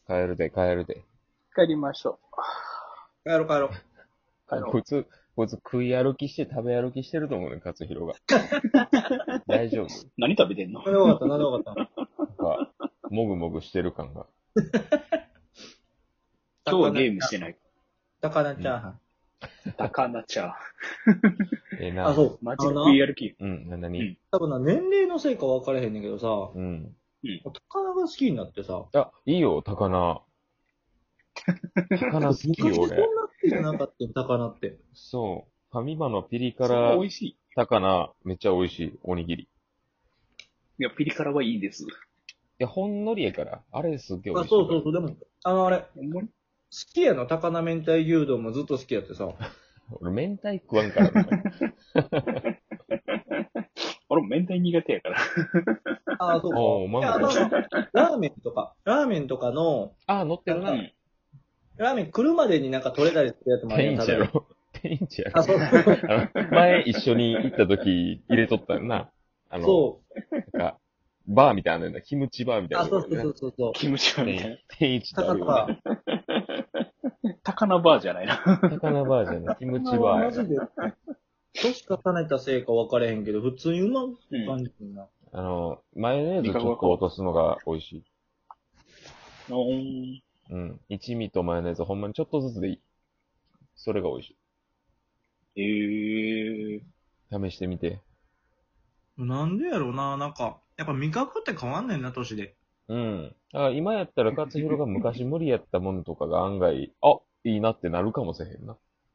帰るで、帰るで。 帰りましょ帰ろう帰ろう。 帰ろうこいつ食い歩きして食べ歩きしてると思うね、勝弘が。大丈夫？ う。何食べてんの？ なんでわかったなんでわかったなんか、もぐもぐしてる感が。 今日はゲームしてない。 高菜チャーハン。 高菜茶。 な。 あ、そう。 マジで食い歩き。 何？ 多分な、年齢のせいか分からへんねんけどさ、 うん。 高菜が好きになってさ。 あ、いいよ、高菜。高菜好きよ、 昔そんな俺。 好きじゃなかったよ、高菜って。 そう。ファミマのピリそれ辛美味しい。 高菜、めっちゃ美味しい、おにぎり。 いや、ピリ辛はいいです。 いや、ほんのりやから。あれすっげえ美あ、 味しい。 そうそうそう。でも、あれ、 ほんまに？ 好きやの、高菜明太牛丼もずっと好きやってさ。 俺、明太食わんからな。 俺も明太苦手やから。 あ、そうか。 おー、 いや、ラーメンとかの、 乗ってるな。 ラーメン来るまでになんか取れたりするやつもある天やん。 一やろ。天一やろ。 あ、そう前一緒に行った時入れとったよな。 そう。 なんか、バーみたいなのよな。キムチバーみたいなあ、そうそうそうそう。 キムチバーみたいな。 天一ってあるよ高ね。 高菜バーじゃないな。 高菜バーじゃない。キムチバーやな。 マジで。年重ねたせいか分かれへんけど、普通にうまい感じな。 マヨネーズちょっと落とすのが美味しい。一味とマヨネーズほんまにちょっとずつでいい。それが美味しい。試してみて。 なんでやろうな、なんか、やっぱ味覚って変わんねんな、年で。 だから今やったら勝弘が昔無理やったものとかが案外、いいなってなるかもしれへんな。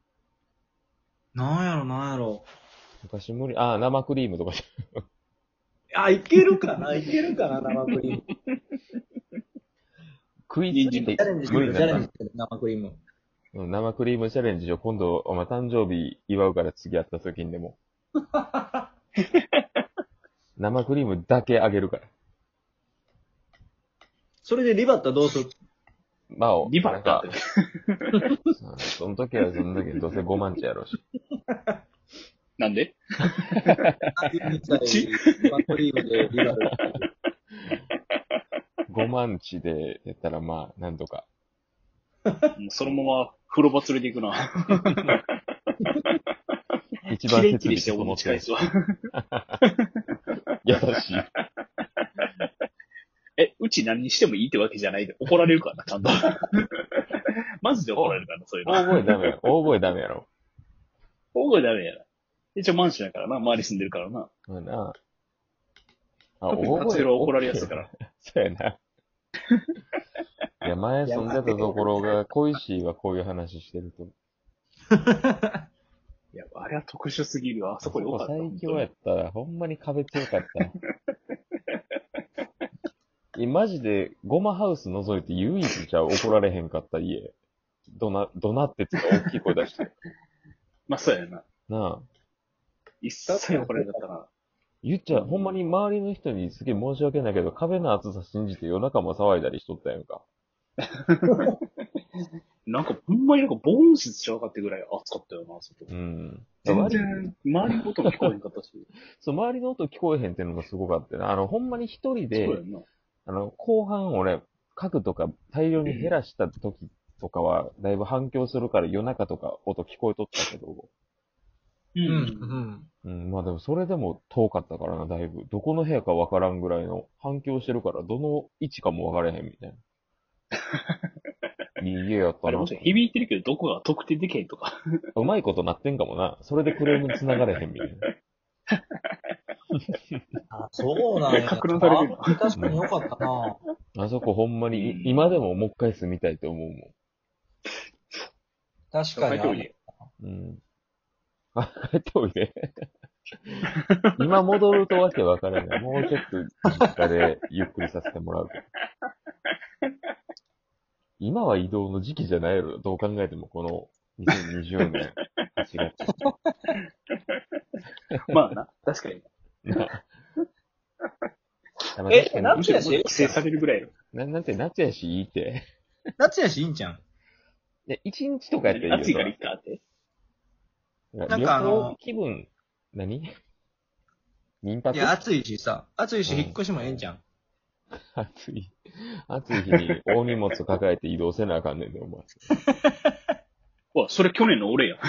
なんやろ。 昔無理、生クリームとかいけるかな、生クリーム。 食いついてチャレンジしてる、 無理な生クリーム。 生クリームチャレンジを今度、お前誕生日祝うから次会った時にでも。生クリームだけあげるから。 それでリバッタどうする？ リバッタって。 その時はその時どうせ5万値やろうし。 なんで？ 生クリームでリバル。 5万値でやったらなんとか。 そのまま風呂場連れて行くな。 一番設備してお持ち帰すわ。 優しい。 うち何してもいいってわけじゃないで怒られるからな、ちゃんと。マジで怒られるからな、そういうの。 大声ダメやろ。大声ダメやろ。 大声ダメやな。一応マンションやからな、周り住んでるからな。 大声は怒られやすいから。 そうやな。いや、前住んでたところが恋しいはこういう話してると。 いや、あれは特殊すぎるわ。あそこよかった。 最強やったら、ほんまに壁強かった。マジで、ゴマハウス覗いて唯一じゃ怒られへんかった家。怒鳴ってつか大きい声出して。 そうやな。 なあ。 一切怒られなかったな。 言っちゃう、ほんまに周りの人にすげえ申し訳ないけど、壁の厚さ信じて夜中も騒いだりしとったやんか。 なんか、ほんまに防音室ちゃうかってぐらい暑かったよな、そこ。 全然、周りの音も聞こえへんかったし。 そう、周りの音聞こえへんっていうのがすごかったな。ほんまに一人で、後半俺、家具とか大量に減らした時とかは、だいぶ反響するから夜中とか音聞こえとったけど。でもそれでも遠かったからな、だいぶ。どこの部屋かわからんぐらいの反響してるから、どの位置かもわからへんみたいな。いい家やったな。 あれもし響いてるけど、どこが特定できへんとか。 うまいことなってんかもな。それでクレーム繋がれへんみたいな。 そうなんや。 格納されてる。 確かによかったな。 あそこほんまに、今でももう一回住みたいと思うもん。 確かに。 帰っておいで。今戻るとわけわからない。もうちょっと実家でゆっくりさせてもらうけど。今は移動の時期じゃないやろ。どう考えてもこの2020年8月。 確かに。 夏やし規制されるぐらいの。 なんて夏やしいいって。 夏やしいいんじゃん。 1日とかやったらいいよ。 暑いからいいかって。 なんか気分、民泊？ いや、暑いし引っ越しもええんじゃん。 暑い日に大荷物抱えて移動せなあかんねんで、お前。 わ、それ去年の俺や。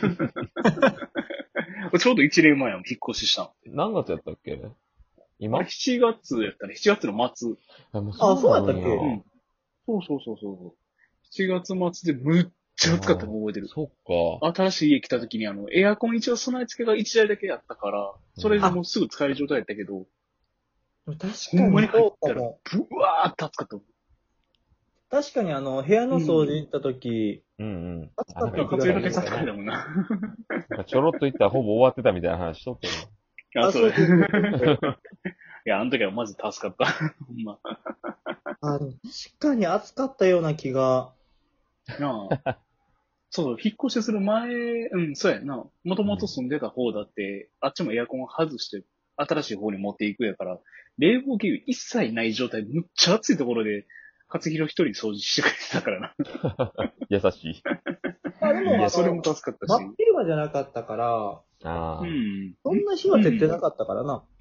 ちょうど1年前やもん、引っ越ししたの。 何月やったっけあ今れ7月やったね。7月の末。 あ、もうあそうやったっけなんやうん。そうそうそうそう。7月末でむっちゃ暑かったの覚えてる。 そっか。 新しい家来た時にエアコン一応備え付けが1台だけあったから、それでもうすぐ使える状態やったけど、 確かほんまににそう入ったら、 かも。 ブワーって暑かったもん。 確かに部屋の掃除行った時、 うんうん。 暑かった気が活する用だけさっかりだもんな。 なんかちょろっと行ったらほぼ終わってたみたいな話しとったよ。 あ、そうそうそうだ。 そう。 いや、あの時はマジ助かった。ほんま。 でも確かに暑かったような気が。 なあ。そう、引っ越しする前、そうやな。もともと住んでた方だって、あっちもエアコン外して、新しい方に持っていくやから、冷房器具一切ない状態、むっちゃ暑いところで、勝弘一人掃除してくれてたからな。 優しい。 でもいや、それも助かったし。 真っ昼間じゃなかったから、 ああ。 そんな火は照ってなかったからな。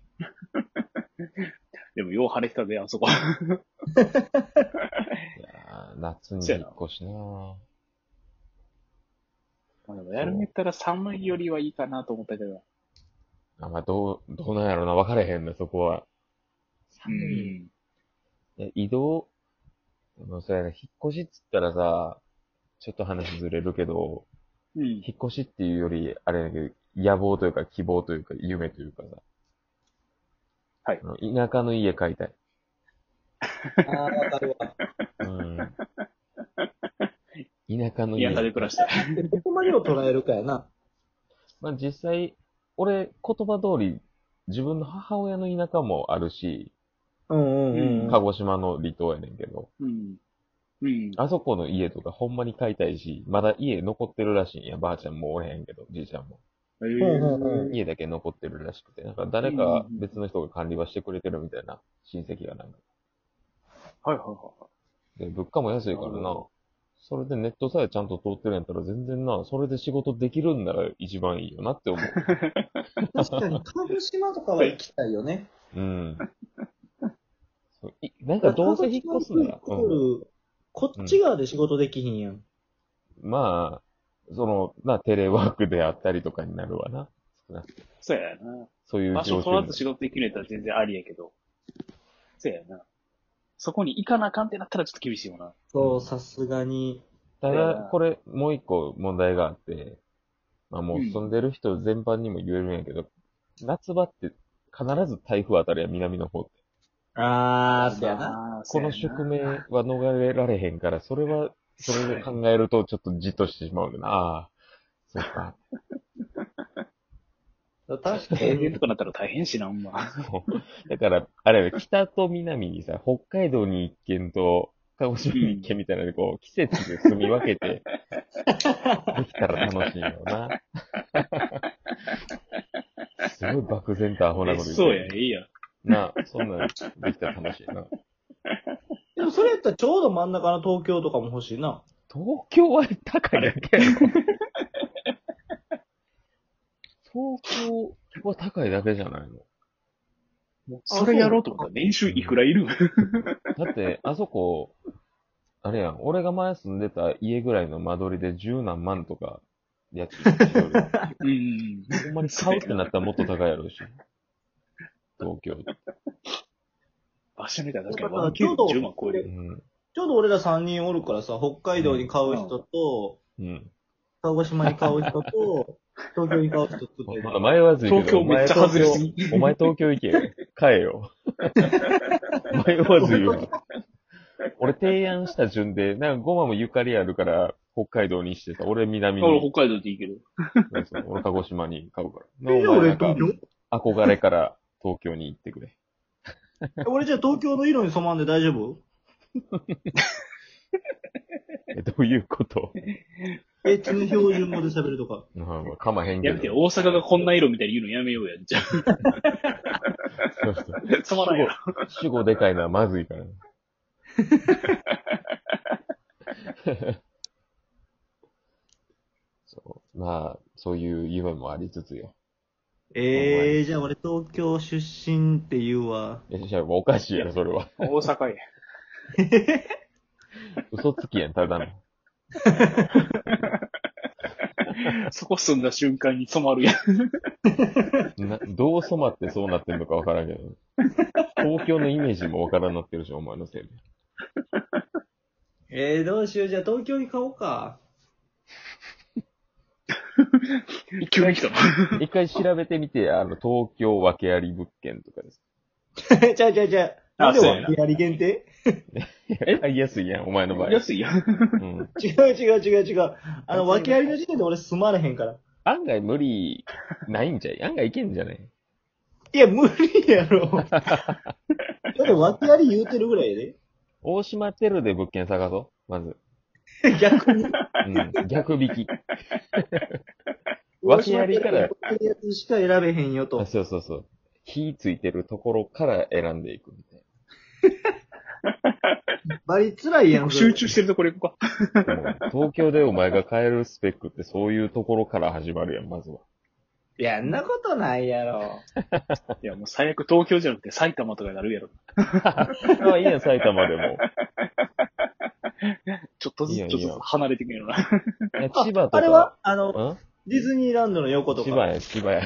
でも、よう晴れてたで、あそこ。 いやー夏に引っ越しなまあでもやるんやったら寒いよりはいいかなと思ったけど。 まあ、どうなんやろな。分かれへんね、そこは。 うん。 移動、そうやな、引っ越しっつったらさ、ちょっと話ずれるけど、 うん。 引っ越しっていうより、あれだけど、野望というか希望というか夢というかさ。 はい。 田舎の家買いたい。 わかるわ。 うん。田舎の家。 田舎で暮らして。 どこまでを捉えるかやな。 まあ実際、俺、言葉通り、自分の母親の田舎もあるし、鹿児島の離島やねんけど、 うん。うん。 あそこの家とかほんまに買いたいし、まだ家残ってるらしいんや。ばあちゃんもおれへんけど、じいちゃんも。家だけ残ってるらしくて、なんか誰か別の人が管理はしてくれてるみたいな、親戚がなんか。 はいはいはで、物価も安いからな。それでネットさえちゃんと通ってるんやったら全然な、それで仕事できるんなら一番いいよなって思う。 確かに、鹿児島とかは行きたいよね。 うん。なんかどうせ引っ越すなら、 こっち側で仕事できひんやん。 まあ、テレワークであったりとかになるわな。少なくともそうやな。 そういう場所取らず仕事できるやったら全然ありやけど。そうやな。そこに行かなあかんってなったらちょっと厳しいよな。 そう、さすがに。 ただ、これ、もう一個問題があって、まあもう住んでる人全般にも言えるんやけど、夏場って必ず台風当たるやん、南の方って。 そうやな。 この宿命は逃れられへんから、それで考えるとちょっとじっとしてしまうんだな。ああ、そっか。 確か停電に。 とかなったら大変しな、ほんま。 だから、あれ、北と南にさ、北海道に一軒と、鹿児島に一軒みたいなので、こう、季節で住み分けて、できたら楽しいよな。すごい漠然とアホなこと言ってそうや、いいや。 なあ、そんなんできたら楽しいな。 でもそれやったらちょうど真ん中の東京とかも欲しいな。 東京は高いだけやろ。東京は高いだけじゃないの。 それやろうと思ったら年収いくらいるだって、あそこ、あれやん、俺が前住んでた家ぐらいの間取りで十何万とか、家賃しよる。ほんまに買うってなったらもっと高いやろうし。東京。 場所見たら確かにだから 1 9 10万超える。 ちょうど俺ら3人おるからさ、北海道に買う人と、鹿児島に買う人と、東京に買う人とって。 まあ、迷わずいけど、 東京めっちゃ外れすぎ。 お前東京行けよ。買えよ。迷わず言うな。俺提案した順で、なんかゴマもゆかりあるから、北海道にしてた。俺南に。 俺北海道でいいけど。 俺鹿児島に買うから。 俺東京憧れから東京に行ってくれ。 俺じゃあ東京の色に染まんで大丈夫どういうこと標準語で喋るとか。 かまへんけど。 やめて、大阪がこんな色みたいに言うのやめようや。じゃあ。染まらんやろ。 主語でかいのはまずいからね。そう。まあ、そういう夢もありつつよ。 じゃあ俺東京出身って言うわ。 じゃあ、おかしいやろ、それは。 大阪や。 嘘つきやん、ただの。 そこ住んだ瞬間に染まるやん。 どう染まってそうなってんのかわからんけど。東京のイメージもわからんなってるし、お前のせいで。 どうしよう。じゃあ東京に買おうか。 急に来たな。 一回調べてみて、東京訳あり物件とかです。 じゃあ。なんで訳あり限定買いやすいやん、お前の場合。 安いやん。 うん。 違う。訳ありの時点で俺住まれへんから。 案外無理ないんじゃい案外いけんじゃないいや、無理やろ。だって訳あり言うてるぐらいやで。 大島テルで物件探そう、まず。 逆に。 うん、逆引き。訳ありから、 やつしか選べへんよと。 そう。火ついてるところから選んでいくみたいバリ辛いやん。 集中してるところ行こうか。 な。東京でお前が買えるスペックってそういうところから始まるやん、まずは。 いや、んなことないやろ。 いや、もう最悪東京じゃなくて埼玉とかになるやろ。 あ、いいやん、埼玉でも。 ちょっとずつ離れていくんやろな。 いや千葉とか。 あれはんディズニーランドの横とか。 千葉や。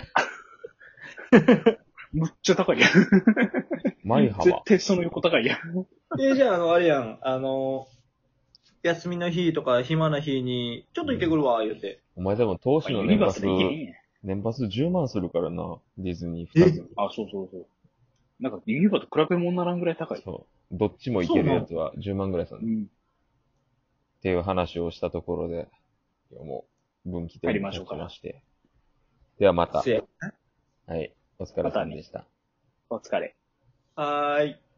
むっちゃ高いやん。 舞浜。 絶対その横高いやん。 じゃあ、あれやん。休みの日とか暇な日に、ちょっと行ってくるわ、言うて。 お前でも投資の年パス、 ユニバースで行けへんやん。 年パス10万するからな、ディズニー2つ。 あ、そう。なんかユニバーと比べ物にならんぐらい高い。 そう。どっちも行けるやつは10万ぐらいするの。っていう話をしたところで、いやもう、分岐点に立ちまして。ではまた。はい。お疲れ様でした。 お疲れ。 はーい。